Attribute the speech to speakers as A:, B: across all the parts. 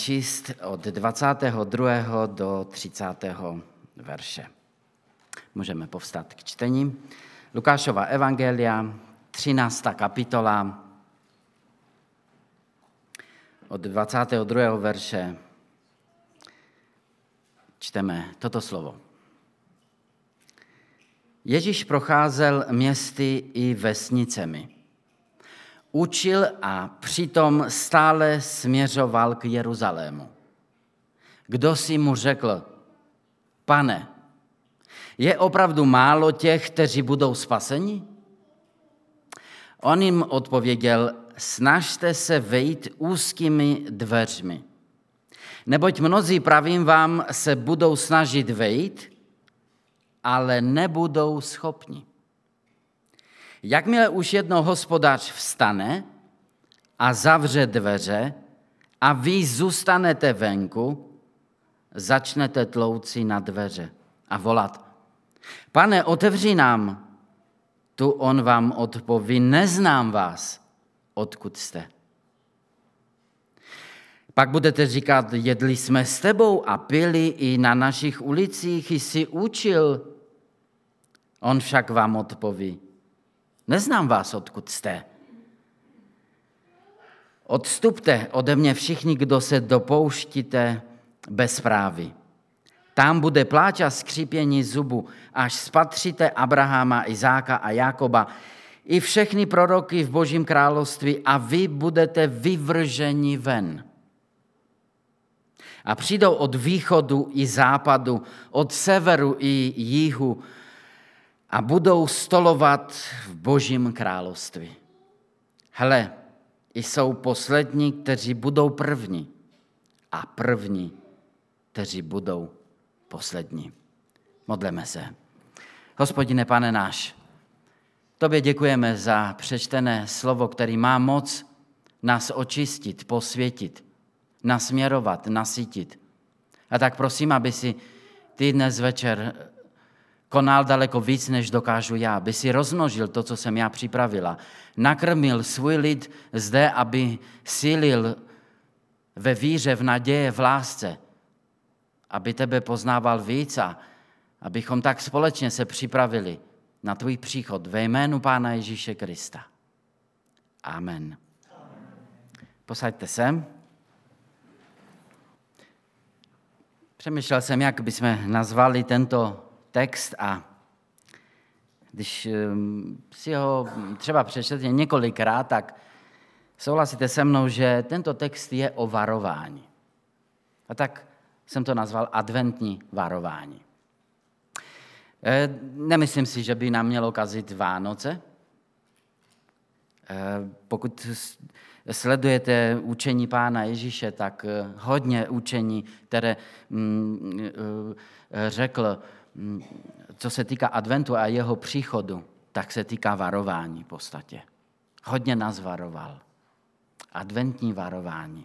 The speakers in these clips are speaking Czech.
A: číst od 22. do 30. verše. Můžeme povstat k čtení. Lukášova evangelia, 13. kapitola, od 22. verše čteme toto slovo. Ježíš procházel městy i vesnicemi. Učil a přitom stále směřoval k Jeruzalému. Kdo si mu řekl: Pane, je opravdu málo těch, kteří budou spaseni? On jim odpověděl: snažte se vejít úzkými dveřmi. Neboť mnozí, pravím vám, se budou snažit vejít, ale nebudou schopni. Jakmile už jednou hospodář vstane a zavře dveře a vy zůstanete venku, začnete tlouci na dveře a volat: Pane, otevři nám. Tu on vám odpoví: neznám vás, odkud jste. Pak budete říkat: jedli jsme s tebou a pili i na našich ulicích jsi učil. On však vám odpoví: neznám vás, odkud jste. Odstupte ode mě všichni, kdo se dopouštíte bezprávy. Tam bude pláč a skřípění zubu, až spatříte Abrahama, Izáka a Jakoba i všechny proroky v Božím království a vy budete vyvrženi ven. A přijdou od východu i západu, od severu i jihu a budou stolovat v Božím království. Hle, jsou poslední, kteří budou první, a první, kteří budou poslední. Modleme se. Hospodine, Pane náš, tobě děkujeme za přečtené slovo, který má moc nás očistit, posvětit, nasměrovat, nasytit. A tak prosím, aby si ty dnes večer konal daleko víc, než dokážu já, aby si rozmnožil to, co jsem já připravila. Nakrmil svůj lid zde, aby sílil ve víře, v naději, v lásce, aby tebe poznával víc a abychom tak společně se připravili na tvůj příchod ve jménu Pána Ježíše Krista. Amen. Posaďte se. Přemýšlel jsem, jak bychom nazvali tento text a když si ho třeba přečtete několikrát, tak souhlasíte se mnou, že tento text je o varování. A tak jsem to nazval adventní varování. Nemyslím si, že by nám mělo kazit Vánoce. Pokud sledujete učení Pána Ježíše, tak hodně učení, které řekl, co se týká adventu a jeho příchodu, tak se týká varování v podstatě. Hodně nás varoval. Adventní varování.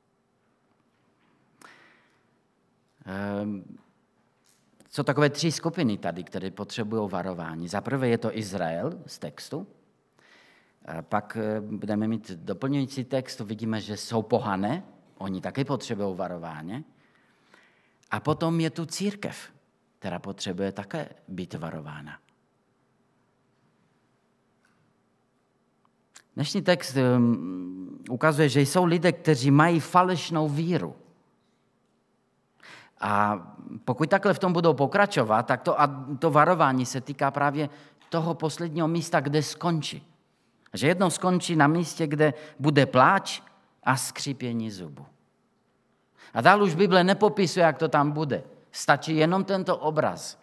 A: Jsou takové 3 skupiny tady, které potřebují varování. Za prvé je to Izrael z textu. Pak budeme mít doplňující text, vidíme, že jsou pohané, oni taky potřebují varování. A potom je tu církev, která potřebuje také být varována. Dnešní text ukazuje, že jsou lidé, kteří mají falešnou víru. A pokud takhle v tom budou pokračovat, tak to varování se týká právě toho posledního místa, kde skončí. Že jednou skončí na místě, kde bude pláč a skřípění zubu. A dál už Bible nepopisuje, jak to tam bude. Stačí jenom tento obraz.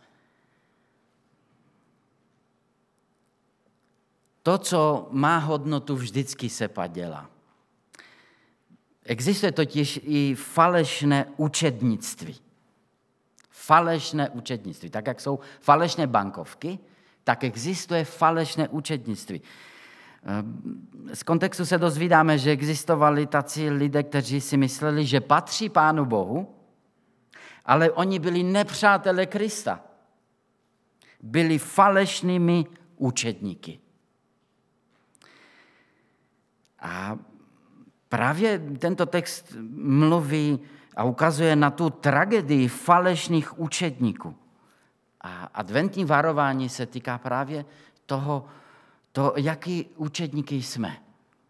A: To, co má hodnotu, vždycky se padělá. Existuje totiž i falešné učednictví. Falešné učednictví. Tak, jak jsou falešné bankovky, tak existuje falešné učednictví. Z kontextu se dozvídáme, že existovali tací lidé, kteří si mysleli, že patří Pánu Bohu, ale oni byli nepřátelé Krista. Byli falešnými učedníky. A Právě tento text mluví a ukazuje na tu tragédii falešných učedníků. A adventní varování se týká právě toho, jaký učedníky jsme.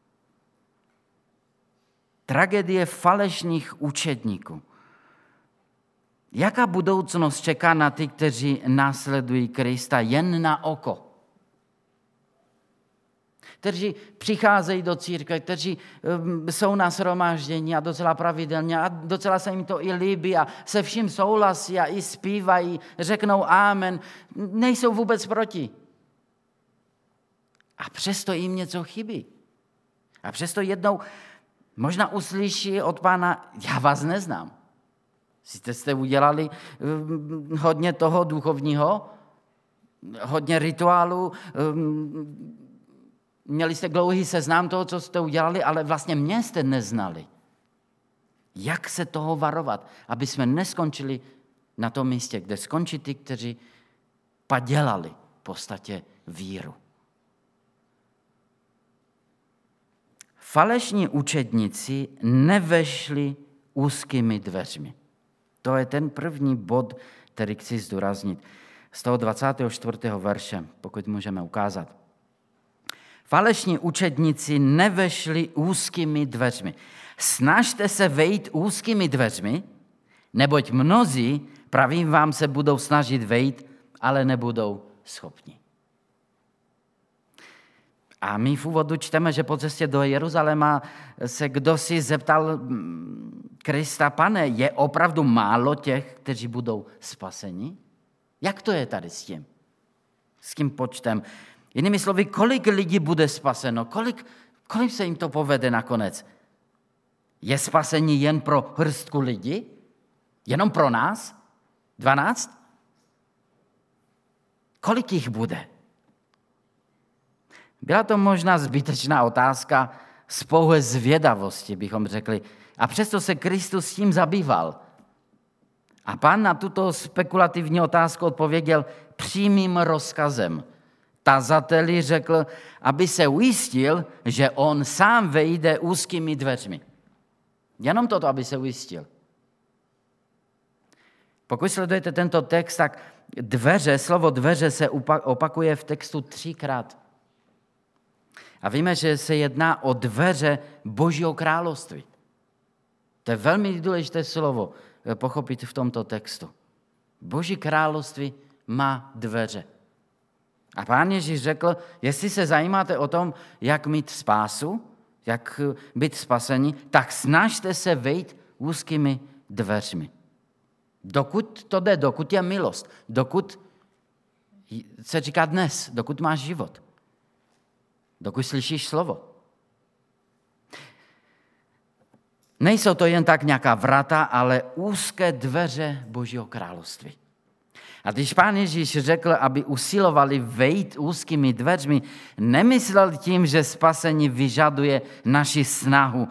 A: Tragédie falešných učedníků. Jaká budoucnost čeká na ty, kteří následují Krista jen na oko? Kteří přicházejí do církve, kteří jsou na shromáždění a docela pravidelně a docela se jim to i líbí a se vším souhlasí a i zpívají, řeknou amen, nejsou vůbec proti. A přesto jim něco chybí. A přesto jednou možná uslyší od Pána, já vás neznám. Jste udělali hodně toho duchovního, hodně rituálů, měli jste dlouhý seznam toho, co jste udělali, ale vlastně mě jste neznali. Jak se toho varovat, aby jsme neskončili na tom místě, kde skončí ty, kteří padělali v podstatě víru. Falešní učedníci nevešli úzkými dveřmi. To je ten první bod, který chci zdůraznit. Z toho 24. verše, pokud můžeme ukázat. Falešní učedníci nevešli úzkými dveřmi. Snažte se vejít úzkými dveřmi, neboť mnozí, pravím vám, se budou snažit vejít, ale nebudou schopni. A my v úvodu čteme, že po cestě do Jeruzaléma se kdosi zeptal Krista, Pane, je opravdu málo těch, kteří budou spaseni? Jak to je tady s tím? S tím počtem? Jinými slovy, kolik lidí bude spaseno? Kolik se jim to povede nakonec? Je spasení jen pro hrstku lidí? Jenom pro nás? 12? Kolik jich bude? Byla to možná zbytečná otázka z pouhé zvědavosti, bychom řekli. A přesto se Kristus tím zabýval. A Pán na tuto spekulativní otázku odpověděl přímým rozkazem. Tazateli řekl, aby se ujistil, že on sám vejde úzkými dveřmi. Jenom toto, aby se ujistil. Pokud sledujete tento text, tak slovo dveře se opakuje v textu 3krát. A víme, že se jedná o dveře Božího království. To je velmi důležité slovo pochopit v tomto textu. Boží království má dveře. A Pán Ježíš řekl, jestli se zajímáte o tom, jak mít spásu, jak být spaseni, tak snažte se vejít úzkými dveřmi. Dokud to jde, dokud je milost, dokud se říká dnes, dokud máš život, dokud slyšíš slovo. Nejsou to jen tak nějaká vrata, ale úzké dveře Božího království. A když Pán Ježíš řekl, aby usilovali vejít úzkými dveřmi, nemyslel tím, že spasení vyžaduje naši snahu,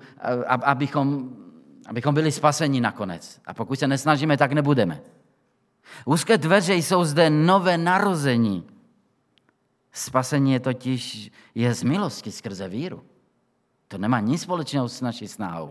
A: abychom byli spaseni nakonec. A pokud se nesnažíme, tak nebudeme. Úzké dveře jsou zde nové narození. Spasení je totiž z milosti skrze víru. To nemá nic společného s naší snahou.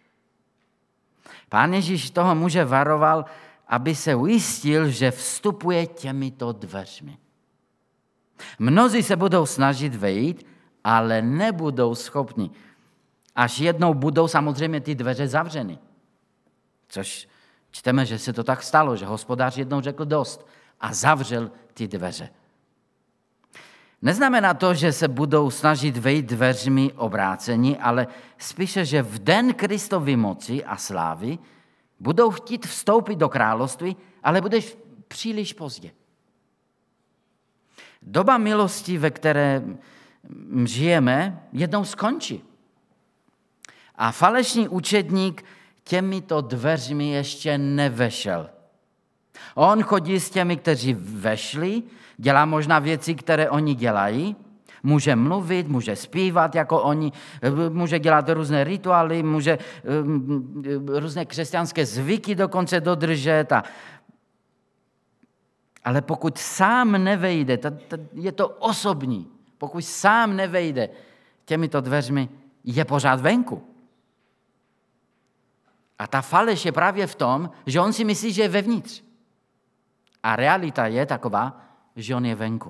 A: Pán Ježíš toho muže varoval, aby se ujistil, že vstupuje těmito dveřmi. Mnozí se budou snažit vejít, ale nebudou schopni. Až jednou budou samozřejmě ty dveře zavřeny. Což čteme, že se to tak stalo, že hospodář jednou řekl dost a zavřel ty dveře. Neznamená to, že se budou snažit vejít dveřmi obrácení, ale spíše, že v den Kristovy moci a slávy budou chtít vstoupit do království, ale budeš příliš pozdě. Doba milosti, ve které žijeme, jednou skončí. A falešný učedník těmito dveřmi ještě nevešel. On chodí s těmi, kteří vešli, dělá možná věci, které oni dělají, může mluvit, může zpívat jako oni, může dělat různé rituály, může různé křesťanské zvyky dokonce dodržet. Ale pokud sám nevejde, je to osobní, pokud sám nevejde těmito dveřmi, je pořád venku. A ta faleš je právě v tom, že on si myslí, že je vevnitř. A realita je taková, že on je venku.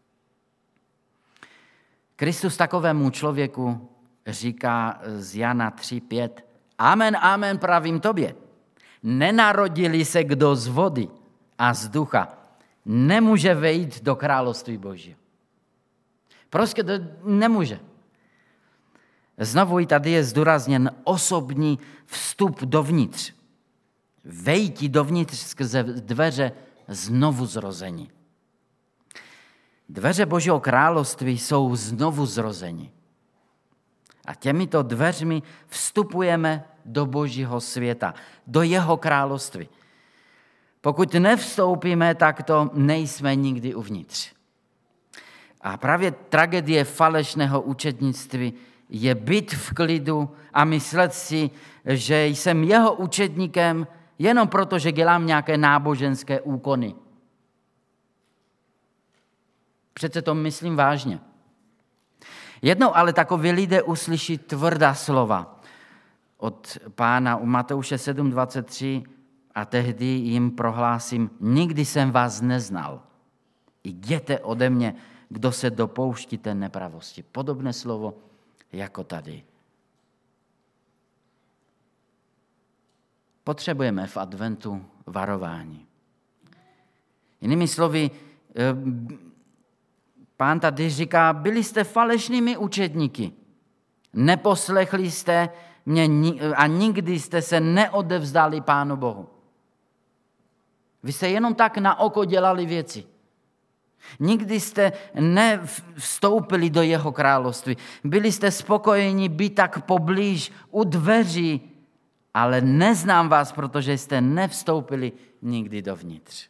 A: Kristus takovému člověku říká z Jana 3:5: Amen, amen, pravím tobě. Nenarodili se kdo z vody a z ducha, nemůže vejít do království Božího. Prostě to nemůže. Znovu i tady je zdůrazněn osobní vstup dovnitř. Vejítí dovnitř skrze dveře znovu zrození. Dveře Božího království jsou znovu zrození. A těmito dveřmi vstupujeme do Božího světa, do jeho království. Pokud nevstoupíme, tak to nejsme nikdy uvnitř. A právě tragédie falešného učednictví je být v klidu a myslet si, že jsem jeho učedníkem jenom proto, že dělám nějaké náboženské úkony. Přece to myslím vážně. Jednou ale takoví lidé uslyší tvrdá slova od Pána u Matouše 7:23 a tehdy jim prohlásím: nikdy jsem vás neznal. Jděte ode mě, kdo se dopouštíte nepravosti. Podobné slovo jako tady. Potřebujeme v adventu varování. Jinými slovy, Pán tady říká: byli jste falešnými učedníky. Neposlechli jste mě a nikdy jste se neodevzdali Pánu Bohu. Vy jste jenom tak na oko dělali věci. Nikdy jste nevstoupili do jeho království. Byli jste spokojeni být tak poblíž u dveří, ale neznám vás, protože jste nevstoupili nikdy dovnitř.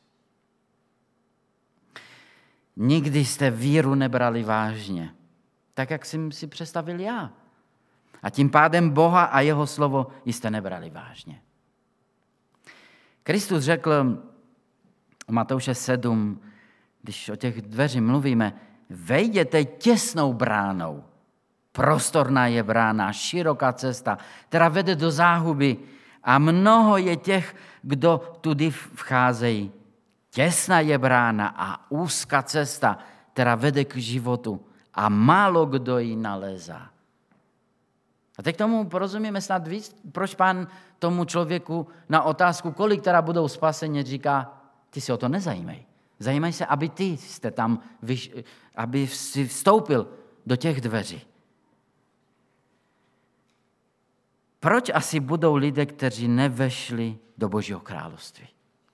A: Nikdy jste víru nebrali vážně, tak jak jsem si představil já. A tím pádem Boha a jeho slovo jste nebrali vážně. Kristus řekl u Matouše 7, když o těch dveří mluvíme: vejděte těsnou bránou. Prostorná je brána, široká cesta, která vede do záhuby, a mnoho je těch, kdo tudy vcházejí. Těsná je brána a úzká cesta, která vede k životu, a málo kdo ji nalézá. A teď tomu porozumíme snad víc, proč Pán tomu člověku na otázku, kolik teda budou spaseni, říká: ty si o to nezajímej. Zajímaj se, aby ty jste tam, aby si vstoupil do těch dveří. Proč asi budou lidé, kteří nevešli do Božího království?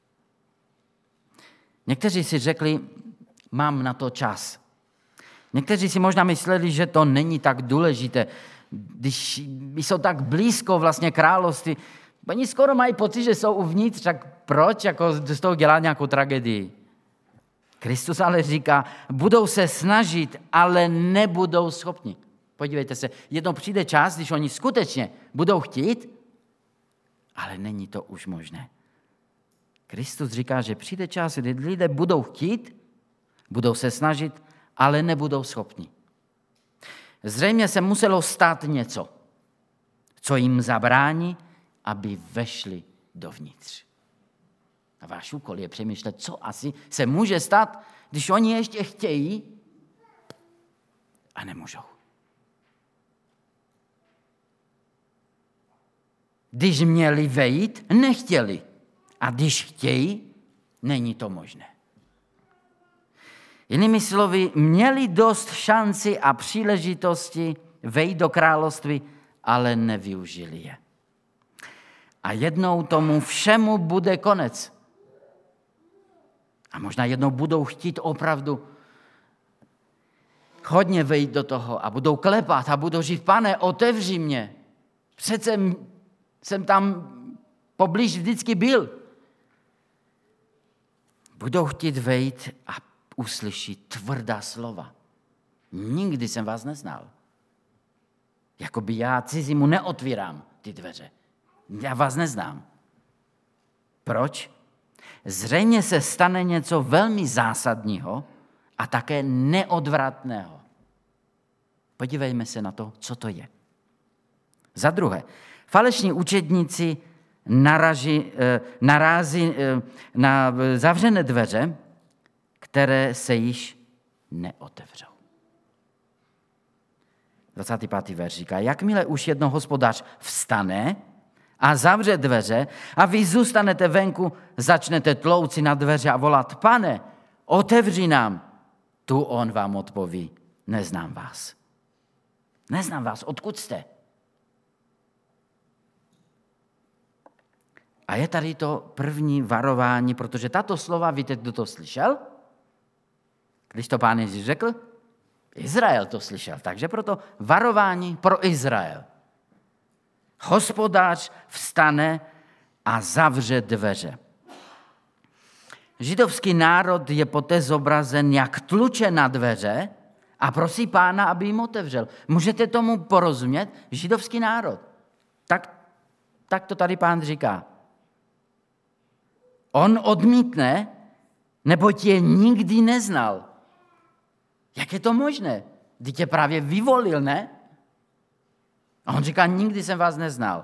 A: Někteří si řekli: mám na to čas. Někteří si možná mysleli, že to není tak důležité, když jsou tak blízko vlastně království. Oni skoro mají pocit, že jsou uvnitř, tak proč jako z toho dělat nějakou tragédii? Kristus ale říká: budou se snažit, ale nebudou schopni. Podívejte se, jednou přijde čas, když oni skutečně budou chtít, ale není to už možné. Kristus říká, že přijde čas, kdy lidé budou chtít, budou se snažit, ale nebudou schopni. Zřejmě se muselo stát něco, co jim zabrání, aby vešli dovnitř. A váš úkol je přemýšlet, co asi se může stát, když oni ještě chtějí a nemůžou. Když měli vejít, nechtěli. A když chtějí, není to možné. Jinými slovy, měli dost šanci a příležitosti vejít do království, ale nevyužili je. A jednou tomu všemu bude konec. A možná jednou budou chtít opravdu hodně vejít do toho a budou klepat a budou říct: Pane, otevři mě. Přece jsem tam poblíž vždycky byl. Budou chtít vejít a uslyší tvrdá slova. Nikdy jsem vás neznal. Jakoby já cizímu neotvírám ty dveře. Já vás neznám. Proč? Zřejmě se stane něco velmi zásadního a také neodvratného. Podívejme se na to, co to je. Za druhé, falešní učedníci narazí na zavřené dveře, které se již neotevřou. 25. verš říká, jakmile už jedno hospodář vstane a zavře dveře a vy zůstanete venku, začnete tlouci na dveře a volat, Pane, otevři nám. Tu on vám odpoví, neznám vás. Neznám vás, odkud jste? A je tady to první varování, protože tato slova, víte, kdo to slyšel? Když to Pán Ježíš řekl? Izrael to slyšel, takže proto varování pro Izrael. Hospodář vstane a zavře dveře. Židovský národ je poté zobrazen, jak tluče na dveře a prosí Pána, aby jim otevřel. Můžete tomu porozumět? Židovský národ. Tak to tady Pán říká. On odmítne, neboť je nikdy neznal. Jak je to možné? Vždyť tě právě vyvolil, ne? A on říká, nikdy jsem vás neznal.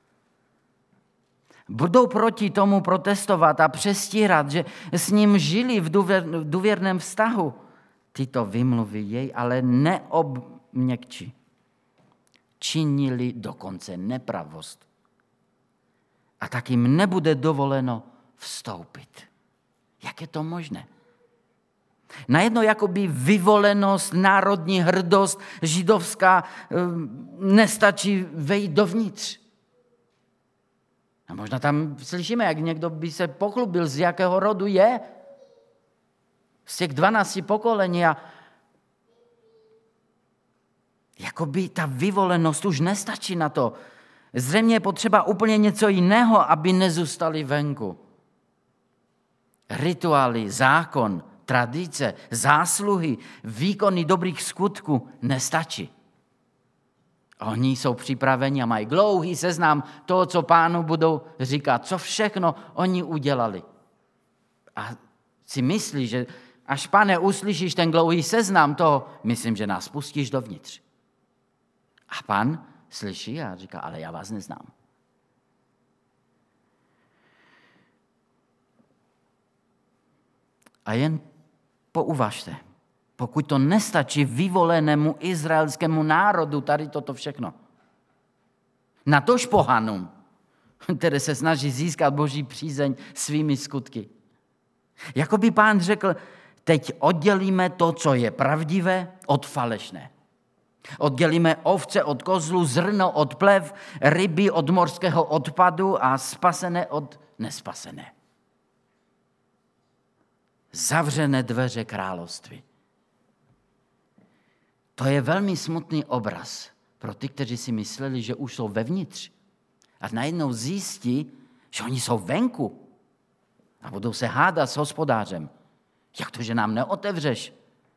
A: Budou proti tomu protestovat a přestírat, že s ním žili v důvěrném vztahu. Tyto vymluvy jej ale neobměkčí. Činili dokonce nepravost. A tak jim nebude dovoleno vstoupit. Jak je to možné? Najednou jakoby vyvolenost, národní hrdost židovská nestačí vejít dovnitř. A možná tam slyšíme, jak někdo by se pochlubil, z jakého rodu je. Z těch 12 pokolení a jakoby ta vyvolenost už nestačí na to. Zřejmě je potřeba úplně něco jiného, aby nezůstali venku. Rituály, zákon, tradice, zásluhy, výkony dobrých skutků nestačí. Oni jsou připraveni a mají dlouhý seznam toho, co Pánu budou říkat, co všechno oni udělali. A si myslí, že až, Pane, uslyšíš ten dlouhý seznam toho, myslím, že nás pustíš dovnitř. A Pán slyší a říká, ale já vás neznám. A jen pouvažte, pokud to nestačí vyvolenému izraelskému národu, tady toto všechno. Natož pohanům, které se snaží získat Boží přízeň svými skutky. Jakoby Pán řekl, teď oddělíme to, co je pravdivé, od falešné. Oddělíme ovce od kozlu, zrno od plev, ryby od morského odpadu a spasené od nespasené. Zavřené dveře království. To je velmi smutný obraz pro ty, kteří si mysleli, že už jsou vevnitř. A najednou zjistí, že oni jsou venku. A budou se hádat s hospodářem. Jak to, že nám neotevřeš?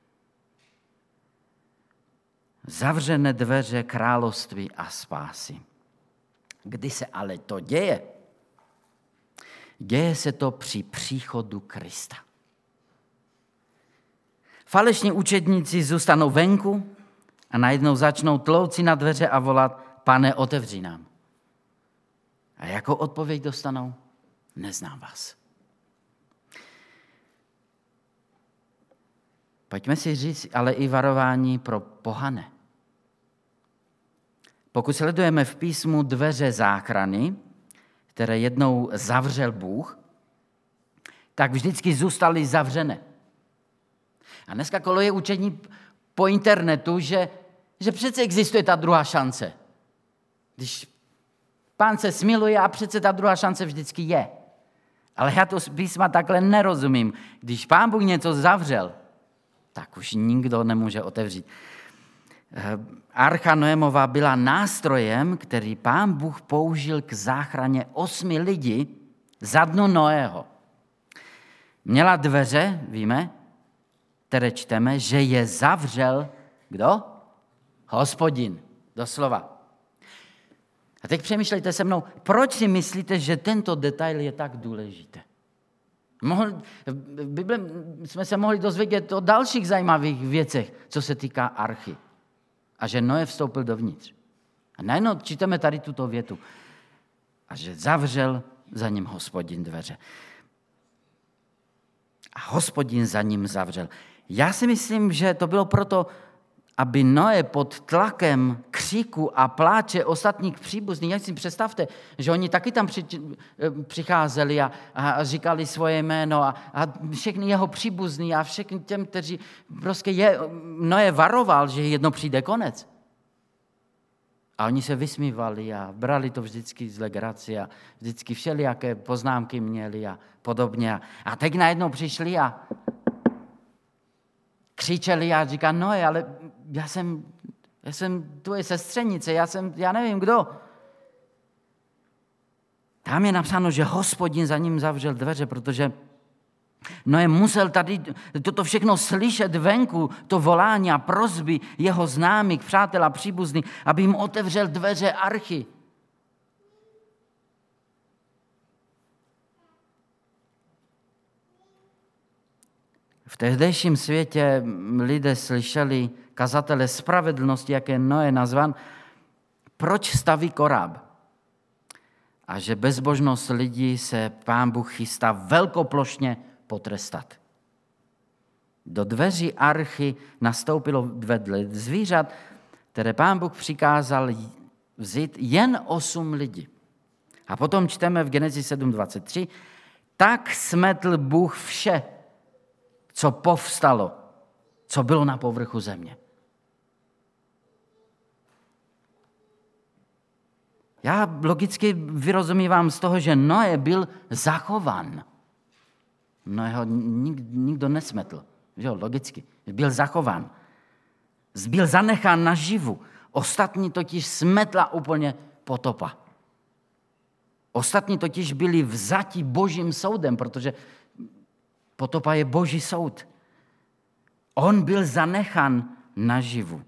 A: Zavřené dveře království a spásy. Kdy se ale to děje? Děje se to při příchodu Krista. Falešní učedníci zůstanou venku a najednou začnou tlouci na dveře a volat, Pane, otevři nám. A jakou odpověď dostanou? Neznám vás. Pojďme si říct, ale i varování pro pohane. Pokud sledujeme v písmu dveře záchrany, které jednou zavřel Bůh, tak vždycky zůstaly zavřené. A dneska koluje učení po internetu, že přece existuje ta druhá šance. Když Pán se smiluje a přece ta druhá šance vždycky je. Ale já to z písma takhle nerozumím. Když Pán Bůh něco zavřel, tak už nikdo nemůže otevřít. Archa Noémova byla nástrojem, který Pán Bůh použil k záchraně 8 lidí za dnu Noého. Měla dveře, víme, které čteme, že je zavřel, kdo? Hospodin, doslova. A teď přemýšlejte se mnou, proč si myslíte, že tento detail je tak důležitý? V Bibli jsme se mohli dozvědět o dalších zajímavých věcech, co se týká archy. A že Noé vstoupil dovnitř. A najednou čteme tady tuto větu. A že zavřel za ním Hospodin dveře. A Hospodin za ním zavřel. Já si myslím, že to bylo proto, aby Noé pod tlakem křiku a pláče ostatních příbuzných, jak si představte, že oni taky tam přicházeli a říkali svoje jméno a všechny jeho příbuzní a všechny těm, kteří prostě Noé varoval, že jedno přijde konec. A oni se vysmívali a brali to vždycky z legraci a vždycky všelijaké poznámky měli a podobně. A teď najednou přišli a křičeli a říká, Noé, ale já jsem tvoje sestřenice, já nevím kdo. Tam je napsáno, že Hospodin za ním zavřel dveře, protože Noé musel tady toto všechno slyšet venku, to volání a prosby jeho známých, přátel a příbuzných, aby jim otevřel dveře archy. V tehdejším světě lidé slyšeli kazatele spravedlnosti, jak je Noé nazvan, proč staví koráb. A že bezbožnost lidí se Pán Bůh chystá velkoplošně potrestat. Do dveří archy nastoupilo vedle zvířat, které Pán Bůh přikázal vzít jen 8 lidí. A potom čteme v Genesis 7:23, tak smetl Bůh vše, co povstalo, co bylo na povrchu země. Já logicky vyrozumívám z toho, že Noé byl zachován. Noého nikdo nesmetl. Jo, logicky. Byl zachován. Byl zanechán naživu. Ostatní totiž smetla úplně potopa. Ostatní totiž byli vzati Božím soudem, protože potopa je Boží soud. On byl zanechán naživu.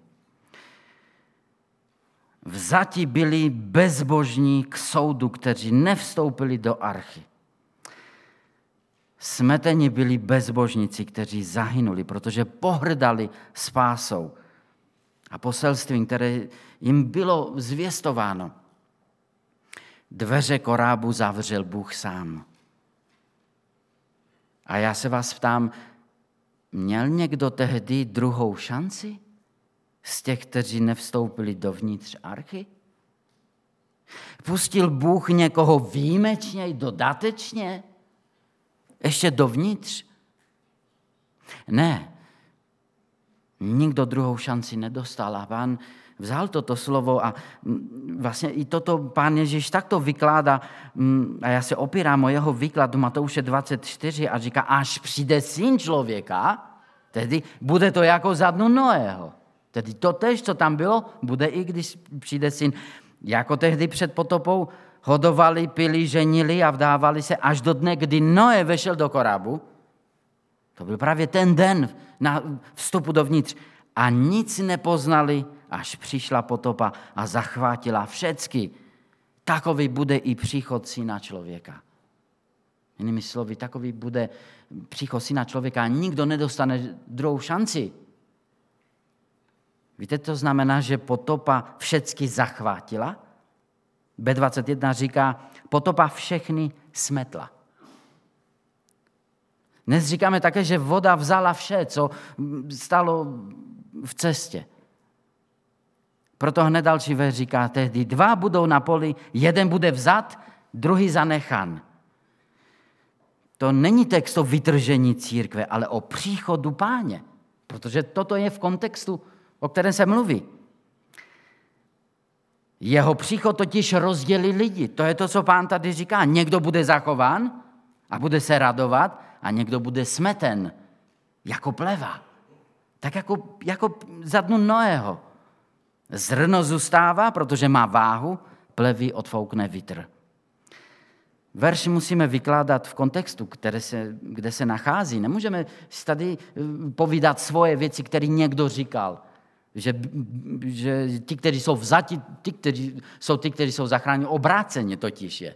A: Vzati byli bezbožní k soudu, kteří nevstoupili do archy. Smeteni byli bezbožníci, kteří zahynuli, protože pohrdali spásou a poselstvím, které jim bylo zvěstováno. Dveře korábu zavřel Bůh sám. A já se vás ptám, měl někdo tehdy druhou šanci z těch, kteří nevstoupili dovnitř archy? Pustil Bůh někoho výjimečně, dodatečně? Ještě dovnitř? Ne. Nikdo druhou šanci nedostal a Pán vzal toto slovo a vlastně i toto Pán Ježíš takto vykládá a já se opírám o jeho výklad Matouše 24 a říká, až přijde Syn člověka, tedy bude to jako za dnu Noého. Tedy to tež, co tam bylo, bude i když přijde Syn. Jako tehdy před potopou hodovali, pili, ženili a vdávali se až do dne, kdy Noé vešel do korábu. To byl právě ten den na vstupu dovnitř. A nic nepoznali, až přišla potopa a zachvátila všecky. Takový bude i příchod Syna člověka. Jinými slovy, takový bude příchod Syna člověka a nikdo nedostane druhou šanci. Víte, to znamená, že potopa všecky zachvátila? B21 říká, potopa všechny smetla. Dnes říkáme také, že voda vzala vše, co stalo v cestě. Proto hned další verš říká, tehdy 2 budou na poli, jeden bude vzat, druhý zanechan. To není text o vytržení církve, ale o příchodu Páně. Protože toto je v kontextu, o kterém se mluví. Jeho příchod totiž rozdělí lidi. To je to, co Pán tady říká. Někdo bude zachován a bude se radovat a někdo bude smeten jako pleva. Tak jako za dnu Noého. Zrno zůstává, protože má váhu, plevy odfoukne vítr. Verš musíme vykládat v kontextu, kde se nachází. Nemůžeme tady povídat svoje věci, které někdo říkal. Že ti, kteří jsou vzati, ti, kteří jsou zachráněni, obráceně totiž je.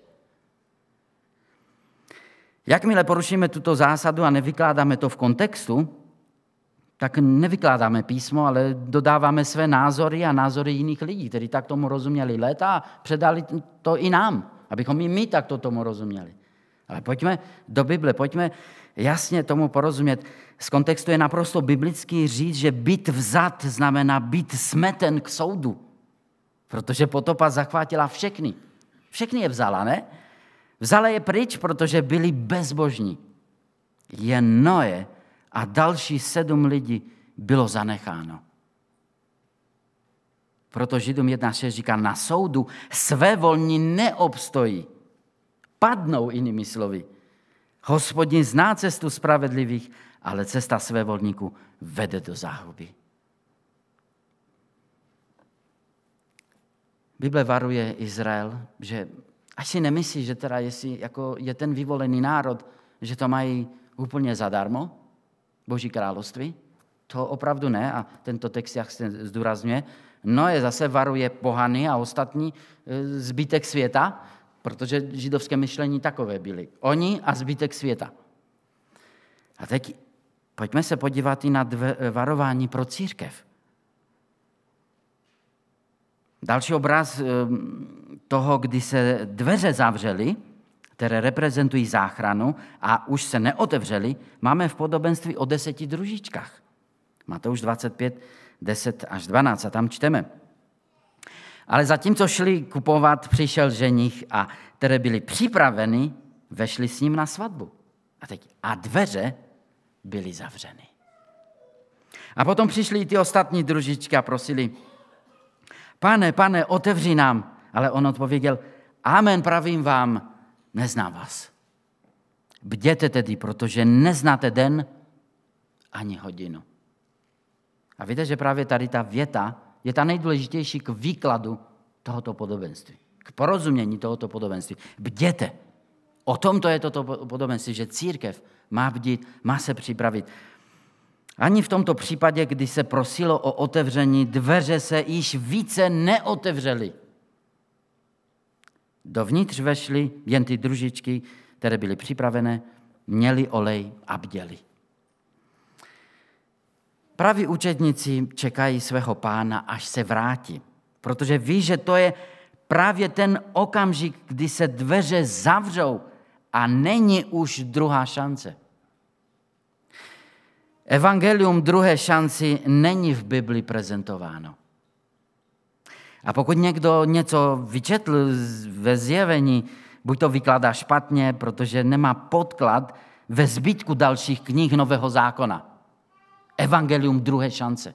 A: Jakmile porušíme tuto zásadu a nevykládáme to v kontextu, tak nevykládáme písmo, ale dodáváme své názory a názory jiných lidí, kteří tak tomu rozuměli léta a předali to i nám, abychom i my takto tomu rozuměli. Ale pojďme do Bible, pojďme jasně tomu porozumět. Z kontextu je naprosto biblický říct, že být vzat znamená být smeten k soudu. Protože potopa zachvátila všechny. Všechny je vzala, ne? Vzala je pryč, protože byli bezbožní. Jen Noe a další 7 lidí bylo zanecháno. Proto Židům 1.6 říká, na soudu svévolní neobstojí. Padnou, jinými slovy. Hospodin zná cestu spravedlivých, ale cesta svévolníků vede do záhuby. Bible varuje Izrael, že až si nemyslí, že teda je ten vyvolený národ, že to mají úplně zadarmo, Boží království. To opravdu ne a tento text jak se zdůrazňuje. Noe zase varuje pohany a ostatní zbytek světa, protože židovské myšlení takové byly. Oni a zbytek světa. A teď pojďme se podívat i na varování pro církev. Další obraz toho, kdy se dveře zavřely, které reprezentují záchranu a už se neotevřely, máme v podobenství o 10 družičkách. Matouš 25, 10 až 12 a tam čteme. Ale zatímco šli kupovat, přišel ženich a které byly připraveny, vešli s ním na svatbu. A dveře byly zavřeny. A potom přišli i ty ostatní družičky a prosili, Pane, otevři nám. Ale on odpověděl, amen, pravím vám, neznám vás. Bděte tedy, protože neznáte den ani hodinu. A víte, že právě tady ta věta je ta nejdůležitější k výkladu tohoto podobenství. K porozumění tohoto podobenství. Bděte. O tom to je toto podobenství, že církev má bdít, má se připravit. Ani v tomto případě, kdy se prosilo o otevření, dveře se již více neotevřely. Dovnitř vešly jen ty družičky, které byly připravené, měly olej a bděli. Praví učedníci čekají svého pána, až se vrátí, protože ví, že to je právě ten okamžik, kdy se dveře zavřou a není už druhá šance. Evangelium druhé šanci není v Bibli prezentováno. A pokud někdo něco vyčetl ve zjevení, buď to vykládá špatně, protože nemá podklad ve zbytku dalších knih Nového zákona. Evangelium druhé šance.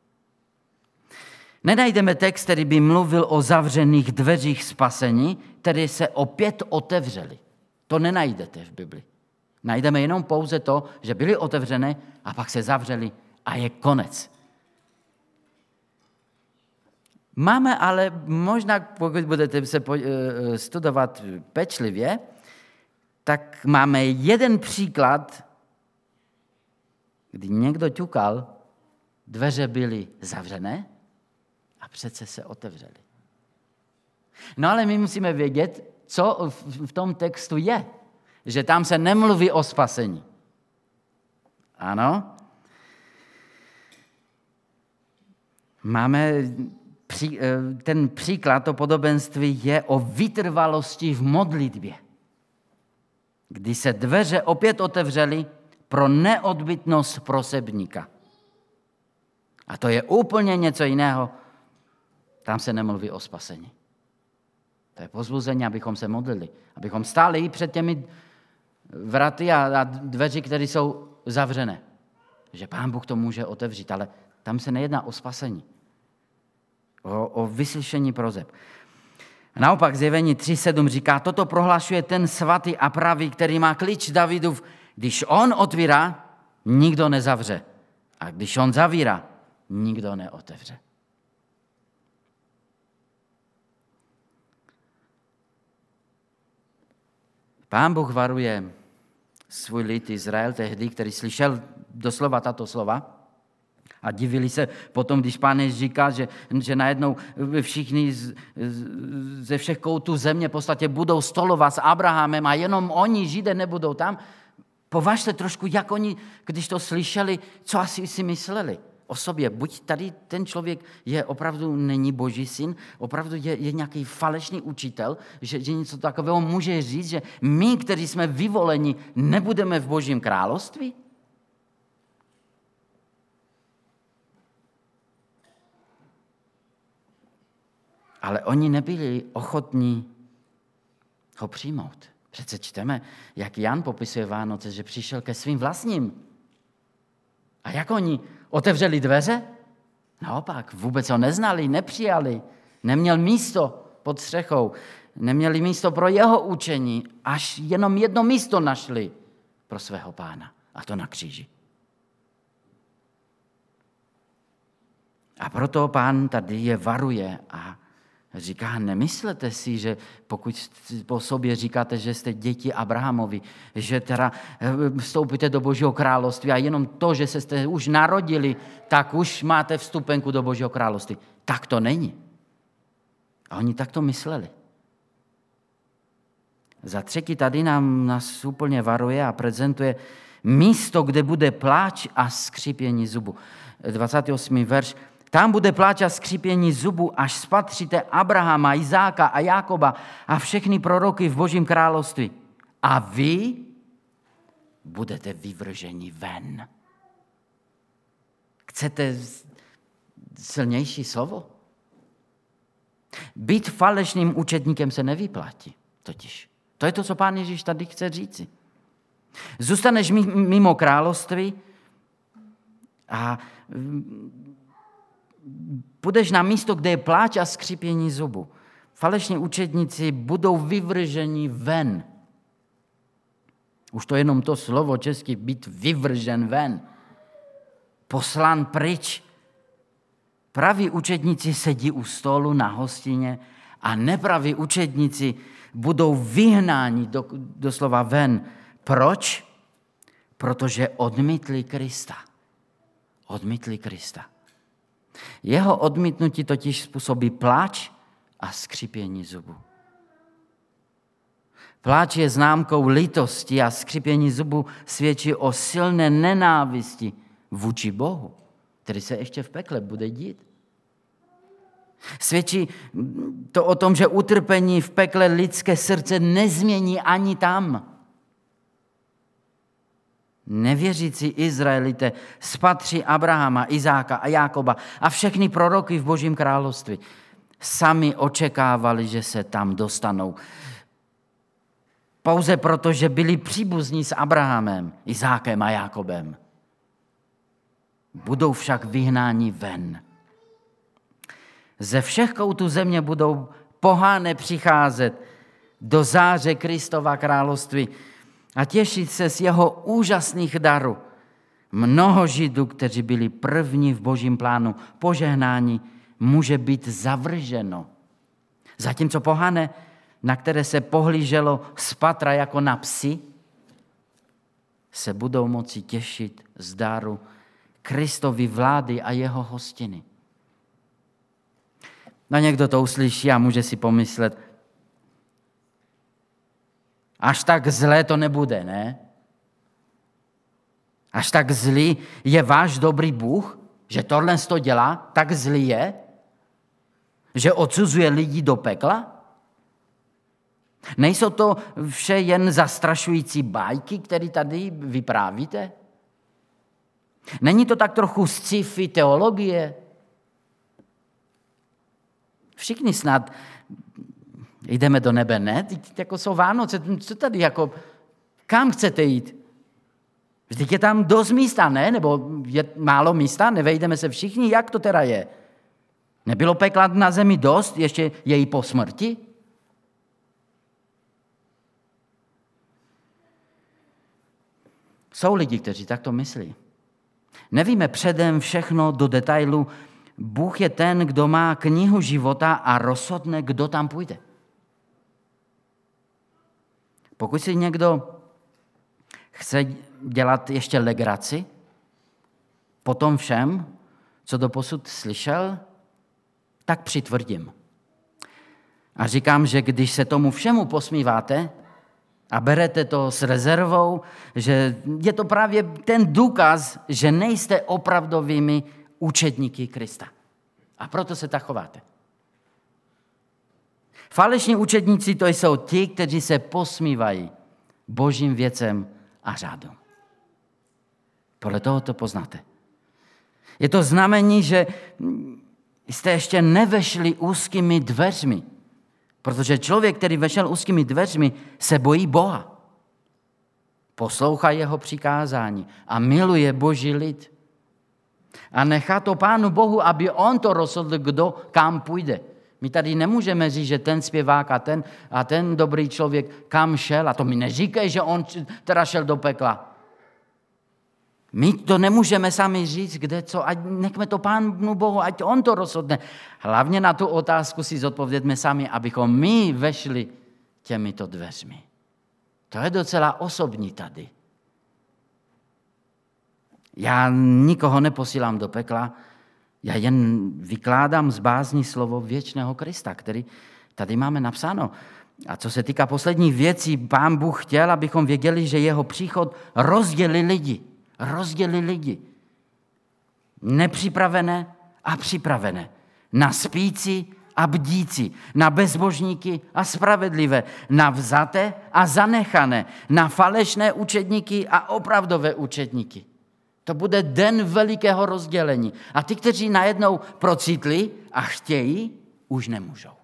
A: Nenajdeme text, který by mluvil o zavřených dveřích spasení, které se opět otevřely. To nenajdete v Bibli. Najdeme jenom pouze to, že byly otevřené a pak se zavřely a je konec. Máme ale, možná pokud budete se studovat pečlivě, tak máme jeden příklad, kdy někdo ťukal, dveře byly zavřené a přece se otevřely. No ale my musíme vědět, co v tom textu je. Že tam se nemluví o spasení. Ano? Máme ten příklad, to podobenství je o vytrvalosti v modlitbě. Kdy se dveře opět otevřely pro neodbytnost prosebníka. A to je úplně něco jiného. Tam se nemluví o spasení. To je pozbuzení, abychom se modlili. Abychom stáli i před těmi vraty a dveři, které jsou zavřené. Že Pán Bůh to může otevřít, ale tam se nejedná o spasení. O vyslyšení proseb. Naopak Zjevení 3.7 říká, toto prohlašuje ten svatý a pravý, který má klíč Davidův. Když on otvírá, nikdo nezavře. A když on zavírá, nikdo neotevře. Pán Bůh varuje svůj lid Izrael tehdy, který slyšel doslova tato slova a divili se potom, když Pán Ježíš říká, že najednou všichni ze všech koutů země v podstatě budou stolovat s Abrahamem a jenom oni, Židé, nebudou tam. Považte trošku, jak oni, když to slyšeli, co asi si mysleli o sobě. Buď tady ten člověk opravdu není Boží syn, opravdu je nějaký falešný učitel, že něco takového může říct, že my, kteří jsme vyvoleni, nebudeme v Božím království? Ale oni nebyli ochotní ho přijmout. Přece čteme, jak Jan popisuje Vánoce, že přišel ke svým vlastním. A jak oni otevřeli dveře? Naopak, vůbec ho neznali, nepřijali. Neměl místo pod střechou. Neměli místo pro jeho učení. Až jenom jedno místo našli pro svého Pána. A to na kříži. A proto Pán tady je varuje a říká, nemyslete si, že pokud po sobě říkáte, že jste děti Abrahamovi, že teda vstoupíte do Božího království a jenom to, že jste už narodili, tak už máte vstupenku do Božího království. Tak to není. A oni tak to mysleli. Za třetí tady nás úplně varuje a prezentuje místo, kde bude pláč a skřípění zubu. 28. verš. Tam bude pláč a skřípění zubu, až spatříte Abrahama, Izáka a Jákoba a všechny proroky v Božím království. A vy budete vyvrženi ven. Chcete silnější slovo? Být falešným učedníkem se nevyplatí totiž. To je to, co Pán Ježíš tady chce říci. Zůstaneš mimo království a půjdeš na místo, kde je pláč a skřípění zubu. Falešní učedníci budou vyvrženi ven. Už to jenom to slovo česky, být vyvržen ven. Poslán pryč. Praví učedníci sedí u stolu na hostině a nepraví učedníci budou vyhnáni doslova ven. Proč? Protože odmítli Krista. Odmítli Krista. Jeho odmítnutí totiž způsobí pláč a skřípění zubu. Pláč je známkou lítosti a skřípění zubu svědčí o silné nenávisti vůči Bohu, který se ještě v pekle bude dít. Svědčí to o tom, že utrpení v pekle lidské srdce nezmění ani tam. Nevěřící Izraelité spatří Abrahama, Izáka a Jákoba a všechny proroky v Božím království. Sami očekávali, že se tam dostanou. Pouze proto, že byli příbuzní s Abrahamem, Izákem a Jákobem. Budou však vyhnáni ven. Ze všech koutů země budou pohané přicházet do záře Kristova království a těšit se z jeho úžasných darů. Mnoho Židů, kteří byli první v Božím plánu požehnání, může být zavrženo. Zatímco pohané, na které se pohlíželo z patra jako na psy, se budou moci těšit z daru Kristovy vlády a jeho hostiny. No někdo to uslyší a může si pomyslet, až tak zlé to nebude, ne? Až tak zlý je váš dobrý Bůh, že tohle to dělá, tak zlý je, že odsuzuje lidi do pekla? Nejsou to vše jen zastrašující bajky, které tady vyprávíte? Není to tak trochu sci-fi teologie? Všichni snad jdeme do nebe, ne? Teď jako jsou Vánoce, co tady jako, kam chcete jít? Vždyť je tam dost místa, ne? Nebo je málo místa, nevejdeme se všichni, jak to teda je? Nebylo pekla na zemi dost, ještě je i po smrti? Jsou lidi, kteří takto myslí. Nevíme předem všechno do detailu. Bůh je ten, kdo má knihu života a rozhodne, kdo tam půjde. Pokud si někdo chce dělat ještě legraci po tom všem, co doposud slyšel, tak přitvrdím. A říkám, že když se tomu všemu posmíváte, a berete to s rezervou, že je to právě ten důkaz, že nejste opravdovými učedníky Krista. A proto se tak chováte. Falešní učedníci to jsou ti, kteří se posmívají božím věcem a řádům. Podle toho to poznáte. Je to znamení, že jste ještě nevešli úzkými dveřmi, protože člověk, který vešel úzkými dveřmi, se bojí Boha. Poslouchá jeho přikázání a miluje Boží lid. A nechá to Pánu Bohu, aby on to rozhodl, kdo kam půjde. My tady nemůžeme říct, že ten zpěvák a ten dobrý člověk kam šel. A to mi neříkej, že on teda šel do pekla. My to nemůžeme sami říct, kde co, ať nechme to Pánu Bohu, ať on to rozhodne. Hlavně na tu otázku si zodpovědme sami, abychom my vešli těmito dveřmi. To je docela osobní tady. Já nikoho neposílám do pekla, já jen vykládám z bázní slovo věčného Krista, který tady máme napsáno. A co se týká posledních věcí, Pán Bůh chtěl, abychom věděli, že jeho příchod rozdělí lidi. Rozdělí lidi. Nepřipravené a připravené. Na spící a bdící. Na bezbožníky a spravedlivé. Na vzaté a zanechané. Na falešné učedníky a opravdové učedníky. To bude den velikého rozdělení. A ty, kteří najednou procitli a chtějí, už nemůžou.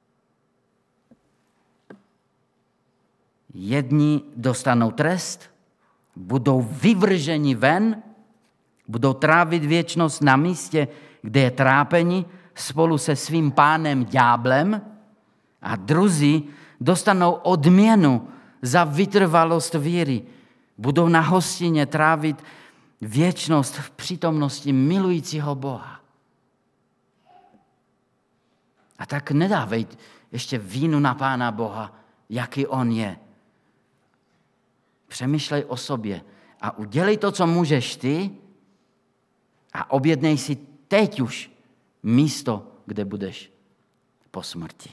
A: Jedni dostanou trest, budou vyvrženi ven, budou trávit věčnost na místě, kde je trápení, spolu se svým pánem ďáblem, a druzí dostanou odměnu za vytrvalost víry. Budou na hostině trávit věčnost v přítomnosti milujícího Boha. A tak nedávej ještě vínu na Pána Boha, jaký on je. Přemýšlej o sobě a udělej to, co můžeš ty, a objednej si teď už místo, kde budeš po smrti.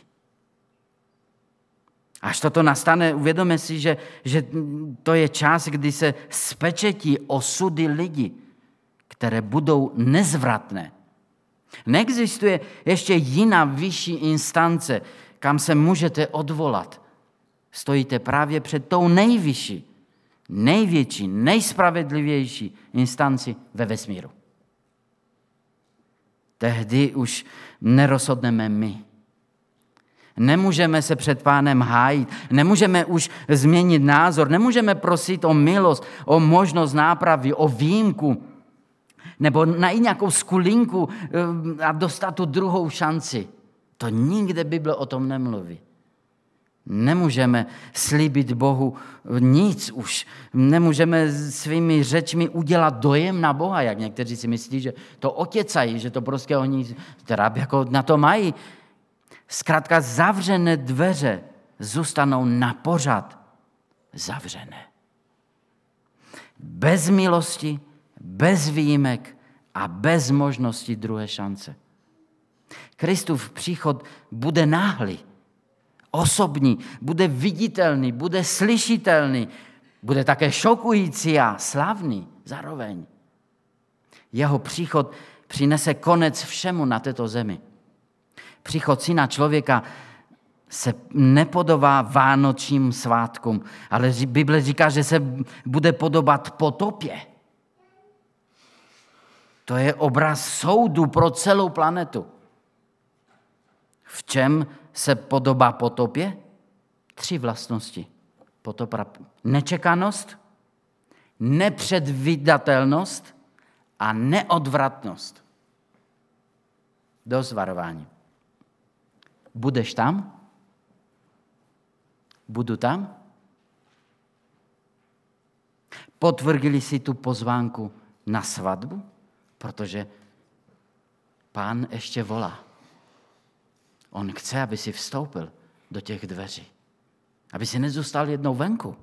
A: Až toto nastane, uvědomme si, že to je čas, kdy se spečetí osudy lidí, které budou nezvratné. Neexistuje ještě jiná vyšší instance, kam se můžete odvolat. Stojíte právě před tou nejvyšší, největší, nejspravedlivější instanci ve vesmíru. Tehdy už nerozhodneme my. Nemůžeme se před Pánem hájit, nemůžeme už změnit názor, nemůžeme prosit o milost, o možnost nápravy, o výjimku, nebo najít nějakou skulinku a dostat tu druhou šanci. To nikde Bible o tom nemluví. Nemůžeme slíbit Bohu nic už. Nemůžeme svými řečmi udělat dojem na Boha, jak někteří si myslí, že to otěcají, že to prostě oni teda jako na to mají. Zkrátka zavřené dveře zůstanou na pořad zavřené. Bez milosti, bez výjimek a bez možnosti druhé šance. Kristův příchod bude náhlý, osobní, bude viditelný, bude slyšitelný, bude také šokující a slavný zároveň. Jeho příchod přinese konec všemu na této zemi. Příchod Syna člověka se nepodobá vánočním svátkům, ale Bible říká, že se bude podobat potopě. To je obraz soudu pro celou planetu. V čem se podobá potopě? 3 vlastnosti. Potopa: nečekanost, nepředvídatelnost a neodvratnost. Dost varování. Budeš tam? Budu tam? Potvrdili si tu pozvánku na svatbu? Protože Pán ještě volá. On chce, aby si vstoupil do těch dveří. Aby si nezůstal jednou venku.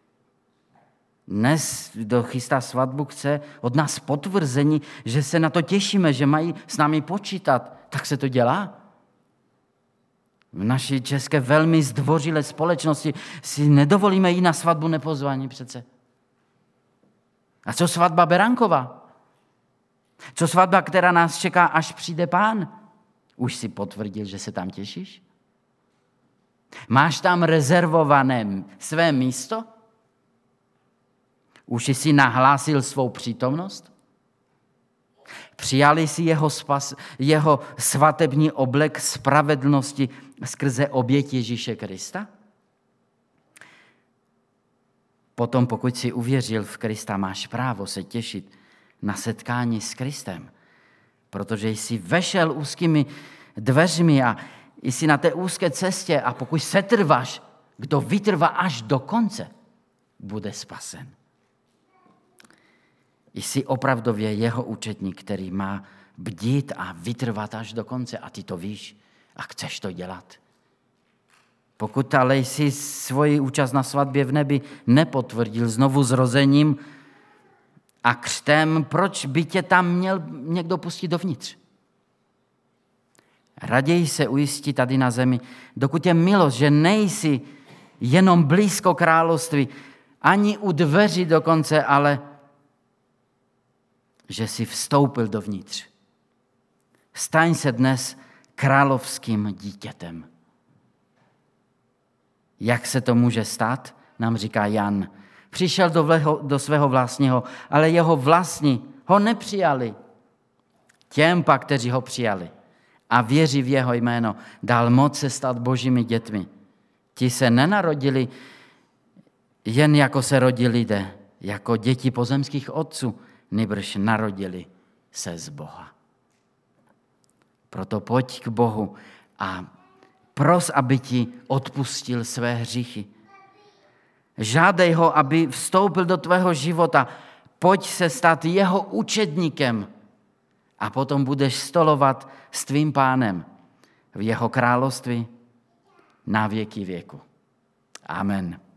A: Dnes, kdo chystá svatbu, chce od nás potvrzení, že se na to těšíme, že mají s námi počítat. Tak se to dělá. V naší české velmi zdvořilé společnosti si nedovolíme jít na svatbu nepozvaní přece. A co svatba Beránková? Co svatba, která nás čeká, až přijde Pán? Už si potvrdil, že se tam těšíš? Máš tam rezervované své místo? Už jsi nahlásil svou přítomnost? Přijali si jeho svatební oblek spravedlnosti skrze oběť Ježíše Krista? Potom, pokud jsi uvěřil v Krista, máš právo se těšit na setkání s Kristem, protože jsi vešel úzkými dveřmi a jsi na té úzké cestě a pokud setrváš, kdo vytrvá až do konce, bude spasen. Jsi opravdově jeho účetník, který má bdít a vytrvat až do konce a ty to víš a chceš to dělat. Pokud ale jsi svoji účast na svatbě v nebi nepotvrdil znovu zrozením a křtem, proč by tě tam měl někdo pustit dovnitř? Raději se ujistí tady na zemi, dokud je milost, že nejsi jenom blízko království, ani u dveří dokonce, ale že jsi vstoupil dovnitř. Staň se dnes královským dítětem. Jak se to může stát, nám říká Jan. Přišel do svého vlastního, ale jeho vlastní ho nepřijali. Těm pak, kteří ho přijali a věří v jeho jméno, dal moc se stát božími dětmi. Ti se nenarodili jen jako se rodí lidé, jako děti pozemských otců, nýbrž narodili se z Boha. Proto pojď k Bohu a pros, aby ti odpustil své hříchy. Žádej ho, aby vstoupil do tvého života. Pojď se stát jeho učedníkem a potom budeš stolovat s tvým Pánem v jeho království na věky věku. Amen.